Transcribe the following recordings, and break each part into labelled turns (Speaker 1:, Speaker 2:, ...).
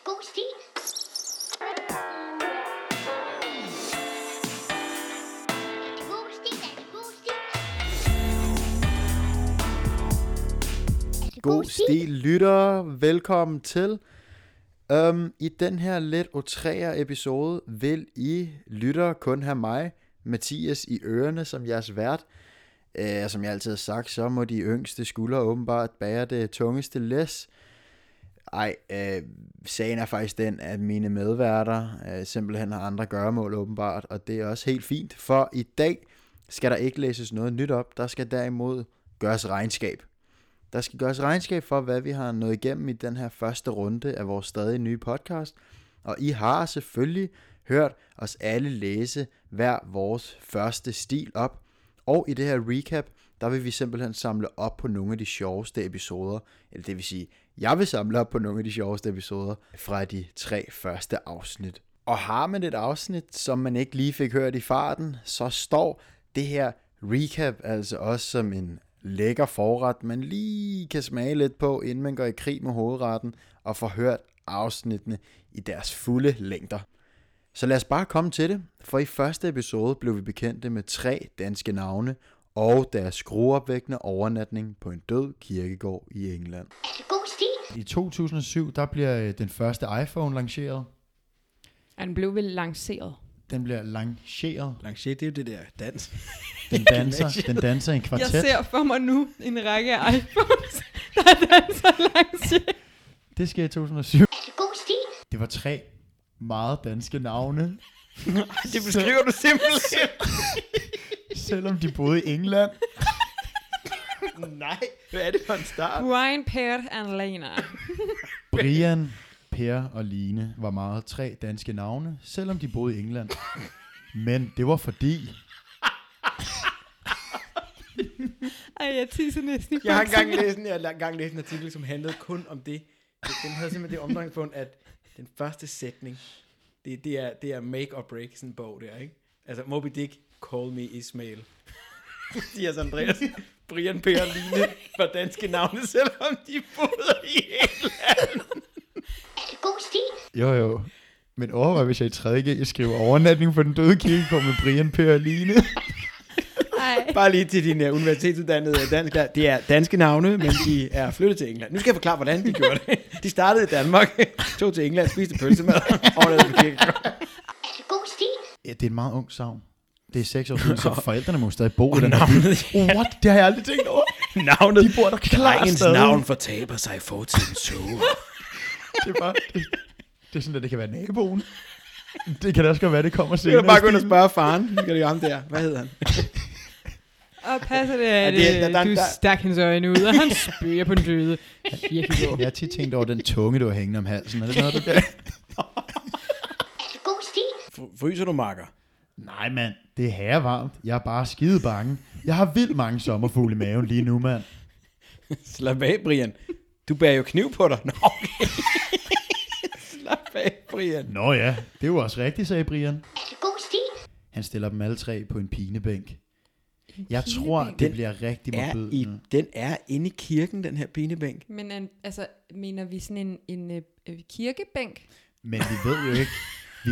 Speaker 1: God stil.
Speaker 2: God stil lytter, velkommen til. I den her lidt otrære episode vil I lytter kun have mig, Mathias, i ørerne som jeres vært. Som jeg altid har sagt, så må de yngste skuldre åbenbart bære det tungeste læs. Sagen er faktisk den, at mine medværter simpelthen har andre gøremål åbenbart, og det er også helt fint, for i dag skal der ikke læses noget nyt op, der skal derimod gøres regnskab. Der skal gøres regnskab for, hvad vi har nået igennem i den her første runde af vores stadig nye podcast. Og I har selvfølgelig hørt os alle læse hver vores første stil op. Og i det her recap, der vil vi simpelthen samle op på nogle af de sjoveste episoder. Eller det vil sige, jeg vil samle op på nogle af de sjoveste episoder fra de 3 første afsnit. Og har man et afsnit, som man ikke lige fik hørt i farten, så står det her recap altså også som en lækker forret, man lige kan smage lidt på, inden man går i krig med hovedretten og får hørt afsnittene i deres fulde længder. Så lad os bare komme til det, for i første episode blev vi bekendte med 3 danske navne og deres skrueopvækkende overnatning på en død kirkegård i England.
Speaker 1: God stil.
Speaker 3: I 2007, der bliver den første iPhone lanceret.
Speaker 4: Den blev vel lanceret.
Speaker 3: Den bliver lanceret.
Speaker 5: Lanceret, det er jo det der dans.
Speaker 3: Den danser i en kvartet.
Speaker 4: Jeg ser for mig nu en række iPhones, der danser lanceret.
Speaker 3: Det sker i 2007.
Speaker 1: God stil.
Speaker 3: Det var 3 meget danske navne.
Speaker 5: Det beskriver du simpelthen.
Speaker 3: Selvom de boede i England.
Speaker 5: Nej, hvad er det for en start?
Speaker 4: Brian, Per and Lena.
Speaker 3: Brian, Per og Line var meget 3 danske navne, selvom de boede i England. Men det var fordi...
Speaker 4: Ej, jeg tisser næsten i
Speaker 5: Jeg har
Speaker 4: bukserne.
Speaker 5: engang læst en artikel, som handlede kun om det. Den havde simpelthen det omdrejningspunkt, at den første sætning, det er make or break sådan en bog der, ikke? Altså, Moby Dick, call me Ismail. Dias Andreas, Brian, Per og Line var danske navne, selvom de boede i England.
Speaker 1: God stil.
Speaker 3: Jo. Men overvej, hvis jeg i 3.G skriver overnatning på den døde kirkegård med Brian, Per og Line.
Speaker 4: Ej.
Speaker 5: Bare lige til din universitetsuddannede danskere. Det er danske navne, men de er flyttet til England. Nu skal jeg forklare, hvordan de gjorde det. De startede i Danmark, tog til England, spiste pølsemad og lavede på kirkegården.
Speaker 1: God stil.
Speaker 3: Ja, det er en meget ung savn. Det er 6 år siden, så forældrene må stadig bo i den her
Speaker 5: navnet.
Speaker 3: by. What? Det har jeg aldrig tænkt over.
Speaker 5: Navnet.
Speaker 3: De bor der klar
Speaker 5: Drengens
Speaker 3: stadig.
Speaker 5: navn fortaber sig i fortidens så.
Speaker 3: Det er bare... Det er sådan, at det kan være naboen. Det kan da også godt være, det kommer
Speaker 5: Så
Speaker 3: senere.
Speaker 5: kan du bare gå ind og spørge faren. Nu kan det jo ham der. Hvad hedder han?
Speaker 4: Og passer det,
Speaker 5: Ja,
Speaker 4: at
Speaker 5: det er-
Speaker 4: du stak hendes øjne ud, og han spøger på den døde kirkegård.
Speaker 3: Jeg har tit tænkt over den tunge, du har hængende om halsen. Er det noget, du kan?
Speaker 1: God stil.
Speaker 5: Fryser du, makker?
Speaker 3: Nej, mand. Det er herrevarmt. Jeg er bare skide bange. Jeg har vildt mange sommerfugle i maven lige nu, mand.
Speaker 5: Slap af, Brian. Du bærer jo kniv på dig. Nå, okay. Slap af, Brian.
Speaker 3: Nå ja, det er jo også rigtigt, sagde Brian.
Speaker 1: God stil.
Speaker 3: Han stiller dem alle 3 på en pinebænk. Jeg tror, det
Speaker 5: Den
Speaker 3: bliver rigtig
Speaker 5: Er
Speaker 3: modbydende.
Speaker 5: den er inde i kirken, den her pinebænk.
Speaker 4: Men altså, mener vi sådan en kirkebænk?
Speaker 3: Men vi ved jo ikke.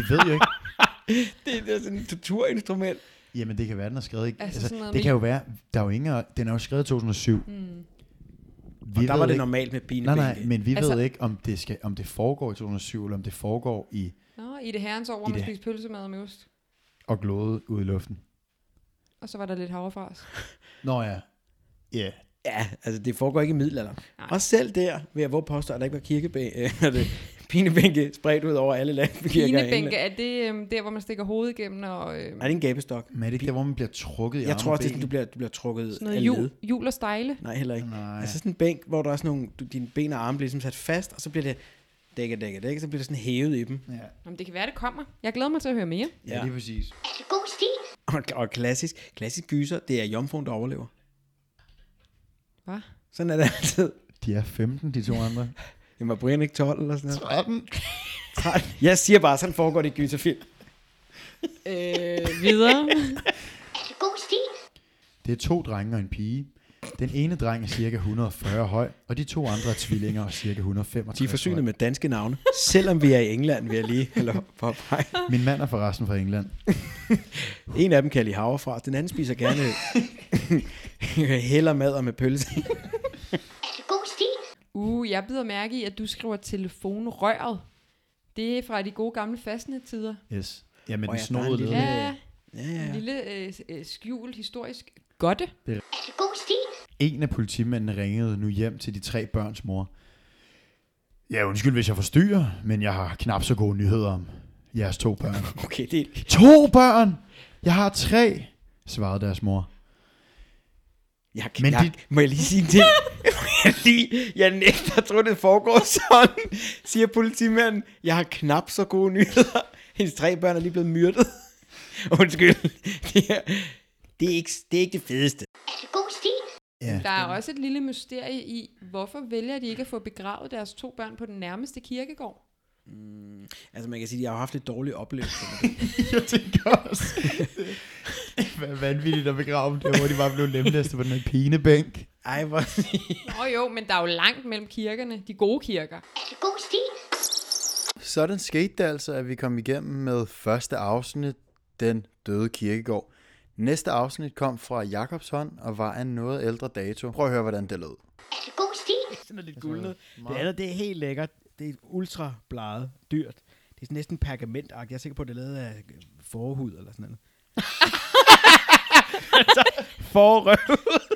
Speaker 5: Det er sådan et torturinstrument.
Speaker 3: Jamen, det kan være, den er skrevet ikke.
Speaker 4: Altså sådan noget
Speaker 3: det
Speaker 4: med-
Speaker 3: kan jo være, der er jo ingen, den er jo skrevet i 2007.
Speaker 5: Og der var det normalt med pinebænke.
Speaker 3: Nej, men vi
Speaker 4: Altså-
Speaker 3: ved ikke, om det foregår i 2007, eller om det foregår i
Speaker 4: Nå, i det herrens år, hvor
Speaker 3: I
Speaker 4: man
Speaker 3: det-
Speaker 4: spiste pølsemad med ost.
Speaker 3: og glåde ud i luften.
Speaker 4: Og så var der lidt havrefras.
Speaker 3: Nå ja. Ja.
Speaker 5: Ja, altså det foregår ikke i middelalderen.
Speaker 4: Nej.
Speaker 5: Og selv der vil jeg våge påstå, at der ikke var pinebænke spredt ud over alle landskirker i
Speaker 4: Pinebænke,
Speaker 5: England.
Speaker 4: er det der, hvor man stikker hovedet igennem og...
Speaker 5: Er det en gabestok?
Speaker 3: Men er det ikke der, hvor man bliver trukket i
Speaker 5: Jeg
Speaker 3: arme
Speaker 5: tror
Speaker 3: og
Speaker 5: også, det er
Speaker 3: ben?
Speaker 5: sådan, du bliver trukket
Speaker 4: sådan noget
Speaker 5: af led.
Speaker 4: jul og stejle.
Speaker 5: Nej, heller ikke.
Speaker 3: Nej.
Speaker 5: Altså sådan en bænk, hvor der er sådan nogle, dine ben og arme bliver ligesom sat fast, og så bliver det dækket, så bliver det sådan hævet i dem.
Speaker 3: Ja,
Speaker 4: Jamen, det kan være, det kommer. Jeg glæder mig til at høre mere.
Speaker 3: ja, det er præcis.
Speaker 1: God stil.
Speaker 5: Og klassisk gyser, det er jomfruen, der overlever.
Speaker 4: Hvad?
Speaker 5: Sådan er det altid.
Speaker 3: De er 15, de 2 andre.
Speaker 5: Jamen, var Brian ikke 12 eller sådan noget?
Speaker 3: 13.
Speaker 5: 13. Jeg siger bare, sådan foregår det i gyserfilm.
Speaker 4: Videre.
Speaker 1: God stil.
Speaker 3: Det er 2 drenge og en pige. Den ene dreng er cirka 140 høj, og de 2 andre er tvillinger og cirka 165
Speaker 5: De er forsynet
Speaker 3: høj.
Speaker 5: med danske navne. Selvom vi er i England, vil jeg lige påpege.
Speaker 3: Min mand er forresten fra England.
Speaker 5: En af dem kan jeg lide havre fra. Den anden spiser gerne heller madder med pølse.
Speaker 1: God stil.
Speaker 4: Jeg bider mærke i, at du skriver telefonrøret. Det er fra de gode gamle fastnettider.
Speaker 3: Yes. Ja, med
Speaker 5: Åh,
Speaker 3: den
Speaker 5: ja,
Speaker 3: snoede
Speaker 5: der er en
Speaker 3: led.
Speaker 5: lille-
Speaker 4: Ja,
Speaker 5: Ja.
Speaker 4: en lille skjult historisk godte.
Speaker 1: God stil.
Speaker 3: En af politimændene ringede nu hjem til de 3 børns mor. Ja, undskyld, hvis jeg forstyrrer, men jeg har knap så gode nyheder om jeres 2 børn.
Speaker 5: Okay, det er...
Speaker 3: 2 børn? Jeg har 3, svarede deres mor. Men
Speaker 5: Må jeg lige sige en ting? Jeg nægter at tro, det foregår sådan, siger politimanden. Jeg har knap så gode nyheder. Hendes 3 børn er lige blevet myrdet. Undskyld. Det er ikke det fedeste.
Speaker 1: God stil.
Speaker 3: Ja.
Speaker 4: Der er også et lille mysterie i, hvorfor vælger de ikke at få begravet deres 2 børn på den nærmeste kirkegård?
Speaker 5: Altså man kan sige, at jeg har haft lidt dårlige oplevelser med det.
Speaker 3: Jeg tænker også. Hvad vanvittigt at begrave dem der, hvor de bare blev lemlæstet på den her pinebænk.
Speaker 5: Ej, hvor...
Speaker 4: Jo, men der er jo langt mellem kirkerne. De gode kirker.
Speaker 1: God stil.
Speaker 2: Sådan skete det altså, at vi kom igennem med første afsnit, Den døde kirkegård. Næste afsnit kom fra Jakobs hånd og var af noget ældre dato. Prøv at høre, hvordan det lød.
Speaker 1: God stil.
Speaker 5: sådan lidt guldnet. Det andet, det er helt lækkert. Det er ultra bladet, dyrt. Det er sådan næsten pergamentagtigt. Jeg er sikker på, at det er lavet af forhud eller sådan noget. Forrøv.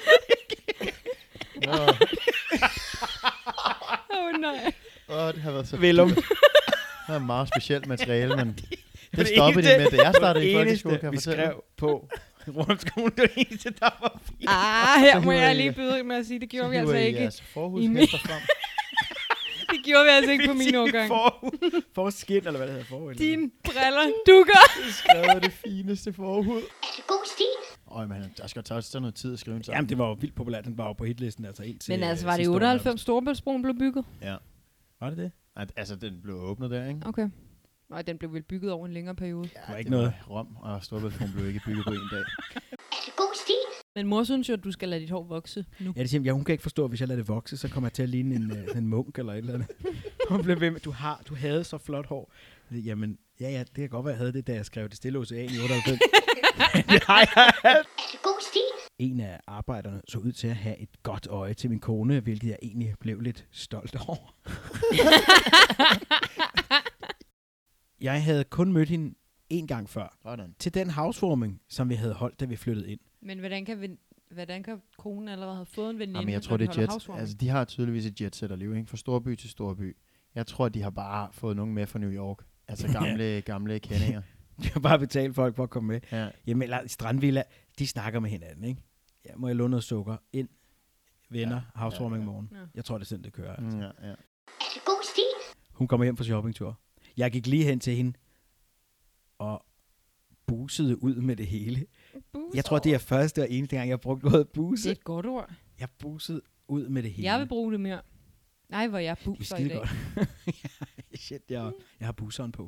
Speaker 4: Nej.
Speaker 3: Det har været så
Speaker 5: Velum.
Speaker 3: Det er meget specielt materiale, men det stoppede det med, da jeg startede i folkeskole, kan jeg
Speaker 5: vi
Speaker 3: fortælle.
Speaker 5: skrev på Rundsskolen, det var det eneste, der var fint.
Speaker 4: Her må jeg lige byde med at sige, det gjorde vi altså ikke.
Speaker 3: Forhudshæfter frem.
Speaker 4: Det gjorde vi altså ikke på min årgang.
Speaker 5: Forskin, eller hvad det hedder, forhud.
Speaker 4: Dine briller dukker.
Speaker 3: Skrevet det fineste forhud.
Speaker 1: God stil.
Speaker 3: Men der skal tage sådan noget tid at skrive en sang.
Speaker 5: Jamen, det var jo vildt populært. Den var jo på hitlisten, altså indtil...
Speaker 4: Men altså, var det i
Speaker 5: sidste år
Speaker 4: 98 Storebæltsbroen blev bygget?
Speaker 3: Ja.
Speaker 5: Var det det?
Speaker 3: Altså, den blev åbnet der, ikke?
Speaker 4: Okay. Nej, den blev vel bygget over en længere periode.
Speaker 3: Ja,
Speaker 5: var ikke noget.
Speaker 3: Rom og Storbæltsbroen blev ikke bygget på en dag.
Speaker 1: God stil.
Speaker 4: Men mor synes jo, at du skal lade dit hår vokse nu.
Speaker 5: Ja, det siger, hun kan ikke forstå, at hvis jeg lader det vokse, så kommer jeg til at ligne en munk eller et eller andet. Hun blev ved med, du havde så flot hår. Jamen, ja, det kan godt være, jeg havde det, da jeg skrev Det Stille Ocean i 98. Det har jeg.
Speaker 1: God stil.
Speaker 5: En af arbejderne så ud til at have et godt øje til min kone, hvilket jeg egentlig blev lidt stolt over. Jeg havde kun mødt hende en gang før.
Speaker 3: Sådan.
Speaker 5: Til den housewarming, som vi havde holdt, da vi flyttede ind.
Speaker 4: Men hvordan kan konen allerede have fået en veninde?
Speaker 3: Jamen, jeg tror,
Speaker 4: når
Speaker 3: det
Speaker 4: den
Speaker 3: er
Speaker 4: holder
Speaker 3: jet.
Speaker 4: housewarming?
Speaker 3: Altså, de har tydeligvis et jetsetterliv, ikke? Fra storby til storby. Jeg tror, de har bare fået nogen med fra New York. Altså gamle kendinger.
Speaker 5: De har bare betalt folk for at komme med.
Speaker 3: Ja.
Speaker 5: Jamen, eller Strandvilla, de snakker med hinanden, ikke? Ja, må jeg låne noget sukker? Ind, venner, housewarming i morgen.
Speaker 4: Ja.
Speaker 5: Jeg tror, det er sådan, det kører. Altså.
Speaker 3: Ja.
Speaker 1: God stil.
Speaker 5: Hun kommer hjem fra shoppingtur. Jeg gik lige hen til hende og busede ud med det hele. Jeg tror, det er første og eneste gang, jeg har brugt ordet
Speaker 4: Det er
Speaker 5: buse.
Speaker 4: et godt ord.
Speaker 5: Jeg busede ud med det hele.
Speaker 4: Jeg vil bruge det mere. Nej, hvor jeg
Speaker 5: Det er
Speaker 4: buser i
Speaker 5: skide
Speaker 4: dag.
Speaker 5: godt. Shit, jeg har buseren på.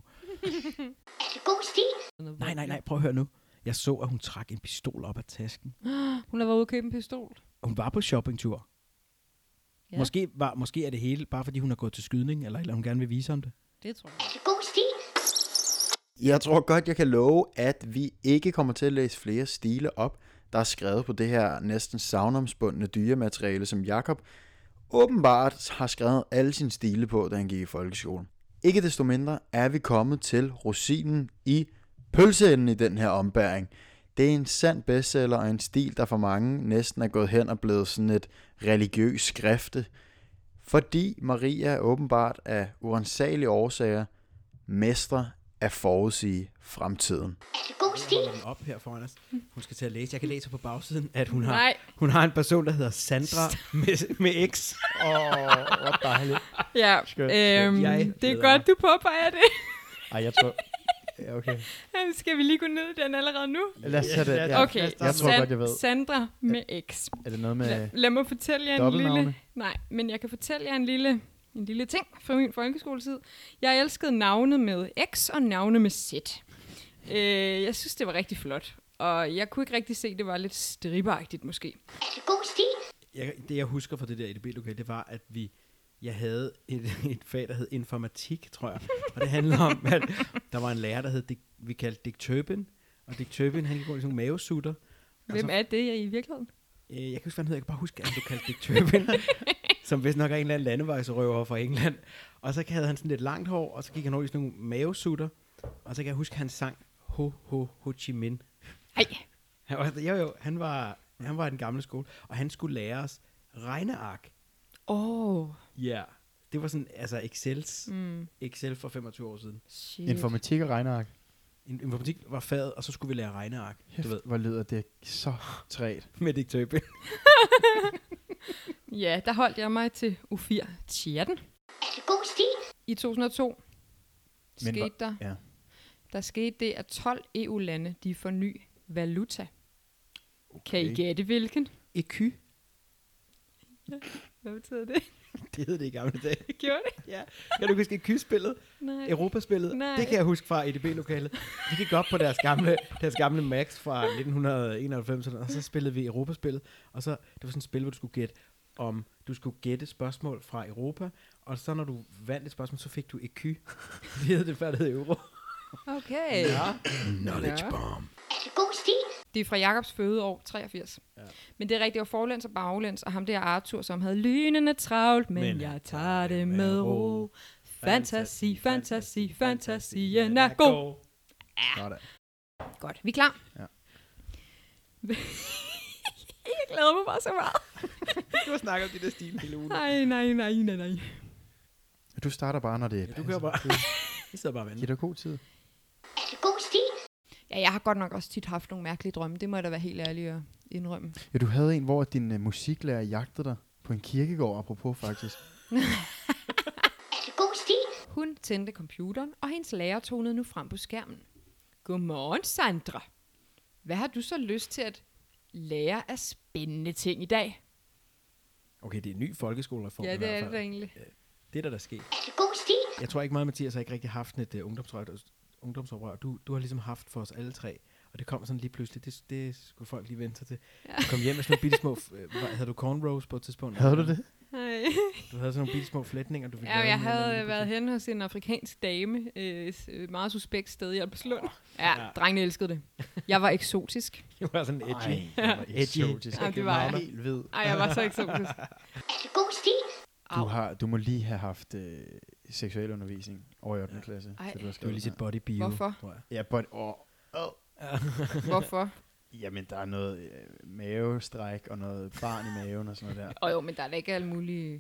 Speaker 1: God stil.
Speaker 5: Nej, prøv at høre nu. Jeg så, at hun trak en pistol op af tasken.
Speaker 4: Hun har været ude og købe en pistol.
Speaker 5: Hun var på shoppingtur.
Speaker 4: Ja.
Speaker 5: Måske er det hele, bare fordi hun har gået til skydning, eller hun gerne vil vise ham det.
Speaker 4: Det tror jeg.
Speaker 1: God stil.
Speaker 2: Jeg tror godt, jeg kan love, at vi ikke kommer til at læse flere stile op, der er skrevet på det her næsten savnomsbundne dyremateriale, som Jakob åbenbart har skrevet alle sine stile på, da han gik i folkeskolen. Ikke desto mindre er vi kommet til rosinen i pølseenden i den her ombæring. Det er en sand bestseller og en stil, der for mange næsten er gået hen og blevet sådan et religiøst skrifte, fordi Maria åbenbart af uransagelige årsager mestre at forudsige fremtiden.
Speaker 1: God stil.
Speaker 5: Jeg holder den op her foran os. Hun skal til at læse. Jeg kan læse på bagsiden, at hun
Speaker 4: Nej.
Speaker 5: har en person, der hedder Sandra med X.
Speaker 3: Hvor dejligt.
Speaker 4: Ja,
Speaker 3: Skønt.
Speaker 5: Jeg
Speaker 4: det er
Speaker 5: glæder
Speaker 4: godt, du påpeger det.
Speaker 3: Ej, jeg tror... Ja, okay.
Speaker 4: Skal vi lige gå ned i den allerede nu?
Speaker 3: Lad os tage det. Ja.
Speaker 4: Okay,
Speaker 3: Jeg tror godt, jeg ved.
Speaker 4: Sandra med X.
Speaker 3: Er det noget med...
Speaker 4: Lad mig fortælle jer en
Speaker 3: dobbeltnavne?
Speaker 4: lille... Nej, men jeg kan fortælle jer en lille ting fra min folkeskoletid. Jeg elskede navne med X og navne med Z. Jeg synes, det var rigtig flot. Og jeg kunne ikke rigtig se, det var lidt stribagtigt måske.
Speaker 1: God stil.
Speaker 5: Det jeg husker fra det der EDB-lokale, det var, at jeg havde et fag, der hed informatik, tror jeg. Og det handlede om, at der var en lærer, der hed, vi kaldte Dick Turpin. Og Dick Turpin, han gik rundt i sådan nogle mavesutter.
Speaker 4: Hvem er det i virkeligheden?
Speaker 5: Jeg kan huske, hvad han hed. Jeg kan bare huske, at han blev kaldt Dick Turpin. Som vist nok er en eller anden landevejsrøver fra England. Og så havde han sådan lidt langt hår, og så gik han over i sådan nogle mavesutter. Og så kan jeg huske, at han sang Ho Chi Minh.
Speaker 4: Ej.
Speaker 5: Han var i den gamle skole, og han skulle lære os regneark. Ja, det var sådan, altså Excel for 25 år siden.
Speaker 4: Shit.
Speaker 3: Informatik og regneark.
Speaker 5: Informatik var faget, og så skulle vi lære regneark.
Speaker 3: Du ved, hvor lyder det så træt.
Speaker 5: Med Dick Turpin.
Speaker 4: Ja, der holdt jeg mig til U4 chatten.
Speaker 1: Er det god stil?
Speaker 4: I 2002
Speaker 3: Men
Speaker 4: skete der.
Speaker 3: Ja.
Speaker 4: Der skete det, at 12 EU-lande, de får ny valuta. Okay. Kan I gætte hvilken?
Speaker 5: EQ.
Speaker 4: Hvad betyder det?
Speaker 5: Det hed det i gamle dage.
Speaker 4: Gjorde det?
Speaker 5: Ja. Kan du huske EQ-spillet?
Speaker 4: Nej.
Speaker 5: Europaspillet?
Speaker 4: Nej.
Speaker 5: Det kan jeg huske fra EDB-lokalet. Vi gik op på deres gamle Max fra 1991, og så spillede vi Europaspillet. Og så, det var sådan et spil, hvor du skulle gætte spørgsmål fra Europa, og så når du vandt et spørgsmål, så fik du EQ. Det hed det før, det hed euro.
Speaker 4: Okay.
Speaker 5: Ja. Knowledge bomb.
Speaker 1: Er det god stil?
Speaker 4: Det er fra Jakobs fødeår, 83. Ja. Men det er rigtigt, det var forlæns og baglæns, og ham der Arthur, som havde lynende travlt, men jeg tager det med ro. Fantasi, fantasien er god.
Speaker 3: Sådan.
Speaker 4: Godt, vi er klar.
Speaker 3: Ja.
Speaker 4: Jeg glæder mig bare så meget.
Speaker 5: Du har snakket om de der stil hele ugen.
Speaker 4: Nej.
Speaker 3: Du starter bare, når det
Speaker 5: Ja, du kører bare. Vi sidder bare og
Speaker 3: Giv
Speaker 5: venter.
Speaker 3: dig god tid.
Speaker 1: Er det god stil?
Speaker 4: Ja, jeg har godt nok også tit haft nogle mærkelige drømme. Det må jeg da være helt ærlig at indrømme.
Speaker 3: Ja, du havde en, hvor din musiklærer jagtede dig på en kirkegård, apropos faktisk.
Speaker 1: Er det god stil?
Speaker 4: Hun tændte computeren, og hendes lærer tonede nu frem på skærmen. Godmorgen, Sandra. Hvad har du så lyst til at lære af spændende ting i dag?
Speaker 5: Okay, det er en ny folkeskolereform
Speaker 4: Ja,
Speaker 5: i
Speaker 4: det er
Speaker 5: hvert
Speaker 4: det
Speaker 5: fald.
Speaker 4: da egentlig.
Speaker 5: Det er der sket.
Speaker 1: Er det god stil?
Speaker 5: Jeg tror ikke meget, Mathias har ikke rigtig haft et ungdomsoprør. Du har ligesom haft for os alle tre. Og det kom sådan lige pludselig. Det skulle folk lige vente sig til.
Speaker 4: Ja.
Speaker 5: Du kom hjem med sådan nogle bitte små... havde du cornrows på et tidspunkt?
Speaker 3: Havde du det?
Speaker 4: Hej.
Speaker 5: Du havde sådan nogle bitte små flætninger, du fik
Speaker 4: Ja,
Speaker 5: lavet
Speaker 4: jeg
Speaker 5: med en
Speaker 4: havde
Speaker 5: anden
Speaker 4: været
Speaker 5: butik.
Speaker 4: hen hos en afrikansk dame, et meget suspekt sted i Albertslund. Ja,
Speaker 5: Ja.
Speaker 4: drengene elskede det. Jeg var eksotisk.
Speaker 5: Det var sådan edgy.
Speaker 3: Ej, det var eksotisk.
Speaker 4: Ja, det var jeg.
Speaker 3: helt hvid.
Speaker 4: Ej, jeg var så eksotisk.
Speaker 1: Er det god stil?
Speaker 3: Du må lige have haft seksuel undervisning over i 8. klasse.
Speaker 4: Ej.
Speaker 3: Så du har
Speaker 5: Du har
Speaker 3: skrevet
Speaker 5: lige set
Speaker 3: det
Speaker 5: body bio.
Speaker 4: Hvorfor?
Speaker 5: Tror jeg.
Speaker 3: her. Ja, but,
Speaker 4: Hvorfor?
Speaker 3: jamen, der er noget mavestræk og noget barn i maven og sådan noget der.
Speaker 4: Jo, men der er da ikke alle mulige...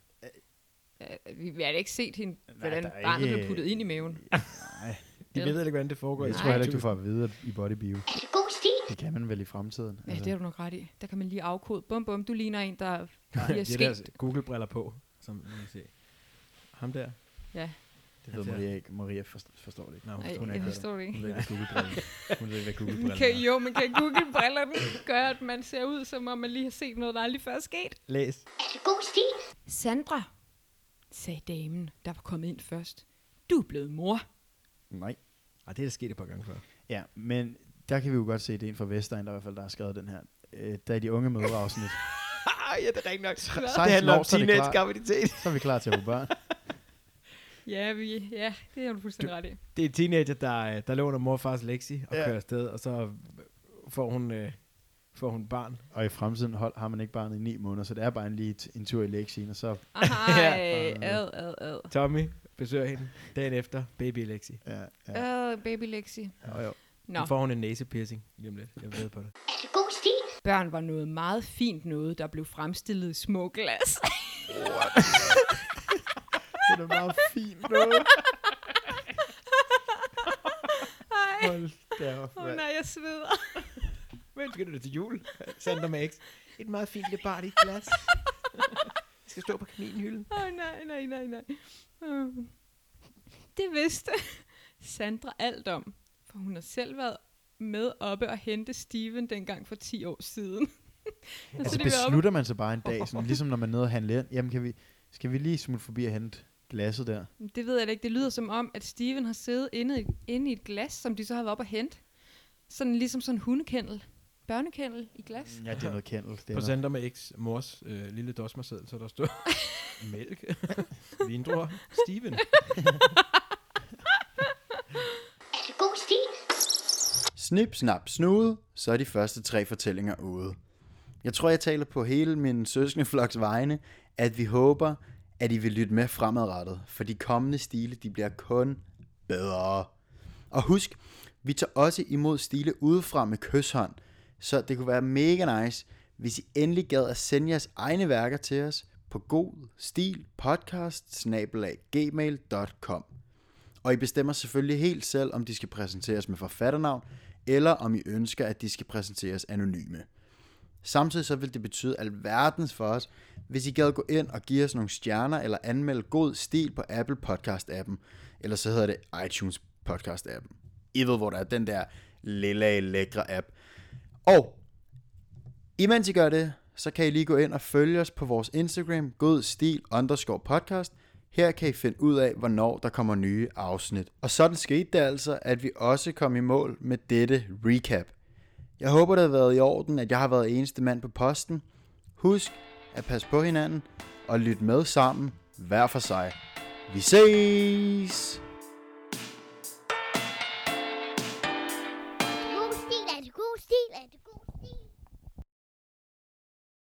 Speaker 4: Vi har da ikke set hende, hvordan
Speaker 3: der er
Speaker 4: barnet
Speaker 3: ikke-
Speaker 4: blev puttet ind i maven.
Speaker 3: Nej,
Speaker 5: De ved ikke, hvordan det foregår.
Speaker 3: jeg tror heller ikke, du får at vide, at i bodybio.
Speaker 1: Er det god stil?
Speaker 3: Det kan man vel i fremtiden.
Speaker 4: Ja, det har du nok ret i. Der kan man lige afkode. Bum, bum, du ligner en, der bliver
Speaker 5: De der
Speaker 4: sket.
Speaker 5: Google-briller på, som man kan se. Ham der.
Speaker 4: Ja,
Speaker 3: Det ved Maria ikke. Maria forstår det ikke.
Speaker 5: Nå, hun
Speaker 4: nej,
Speaker 5: forstår
Speaker 4: jeg
Speaker 3: ikke,
Speaker 4: forstår det ikke.
Speaker 3: Hun ved ikke, hvad Google-briller Hun ved ikke, hvad Google-briller
Speaker 4: Kan, jo, men kan Google-brillerne gøre, at man ser ud, som om man lige har set noget, der aldrig før er sket?
Speaker 5: Læs.
Speaker 1: Er det god stil?
Speaker 4: Sandra, sagde damen, der var kommet ind først. Du er blevet mor.
Speaker 3: Nej.
Speaker 5: Ej, det er der sket et par gange før.
Speaker 3: Ja, men der kan vi jo godt se, det er en fra Vestegn, der i hvert fald der har skrevet den her. Der er de unge mødre afsnit.
Speaker 5: ja, det er rigtig nok.
Speaker 3: 16
Speaker 5: Det handler om
Speaker 3: år, så er det klar.
Speaker 5: teenage-graviditet.
Speaker 3: Så er vi klar til at få børn.
Speaker 4: Ja, det har du fuldstændig ret i.
Speaker 5: Det er en teenager, der låner mor og fars lektie og
Speaker 3: Ja.
Speaker 5: kører afsted, og så får hun barn.
Speaker 3: Og i fremtiden har man ikke barnet i 9 måneder, så det er bare en tur i lektien, og så...
Speaker 4: Ej, ad.
Speaker 5: Tommy besøger hende dagen efter baby lektie.
Speaker 3: Ja.
Speaker 4: Baby Lexi.
Speaker 3: Jo.
Speaker 4: Nå,
Speaker 5: Nu får hun en næsepiercing lige om lidt. Jeg ved på det.
Speaker 1: Er det god stil?
Speaker 4: børn var noget meget fint noget, der blev fremstillet i små glas.
Speaker 3: Det er meget fint noget.
Speaker 4: Ej,
Speaker 3: Hold da op, mand.
Speaker 4: nej, jeg sveder.
Speaker 5: Hvad ønsker du det til jul? Sander med X. Et meget fint lille barn i et glas. Det skal stå på kaninhylden.
Speaker 4: Nej. Det vidste Sandra alt om, for hun har selv været med oppe og hente Steven dengang for 10 år siden.
Speaker 3: Altså beslutter man sig bare en dag, sådan, ligesom når man er nede og handler ind, jamen skal vi lige smutte forbi og hente glasset der?
Speaker 4: Det ved jeg da ikke. Det lyder som om, at Steven har siddet inde i et glas, som de så har været oppe og hente. Sådan ligesom sådan en hundekendel. Børnekendel i glas.
Speaker 3: Ja, det er noget kendel. Det er
Speaker 5: Procenter med mors lille dosmerseddel, så der står mælk, vindruer, Steven.
Speaker 1: Er det god stil?
Speaker 2: Snip, snap, snude, så er de første 3 fortællinger ude. Jeg tror, jeg taler på hele min søskendefloks vegne, at vi håber, at I vil lytte med fremadrettet, for de kommende stile, de bliver kun bedre. Og husk, vi tager også imod stile udefra med kyshånd, så det kunne være mega nice, hvis I endelig gad at sende jeres egne værker til os på godstilpodcast@gmail.com. Og I bestemmer selvfølgelig helt selv, om de skal præsenteres med forfatternavn, eller om I ønsker, at de skal præsenteres anonyme. Samtidig så vil det betyde alverdens for os, hvis I gad gå ind og give os nogle stjerner, eller anmelde god stil på Apple Podcast-appen, eller så hedder det iTunes Podcast-appen. I ved, hvor der er den der lille lækre app. Og imens I gør det, så kan I lige gå ind og følge os på vores Instagram, godstil_podcast. Her kan I finde ud af, hvornår der kommer nye afsnit. Og sådan skete det altså, at vi også kom i mål med dette recap. Jeg håber, det har været i orden, at jeg har været eneste mand på posten. Husk at passe på hinanden og lytte med sammen, hver for sig. Vi ses!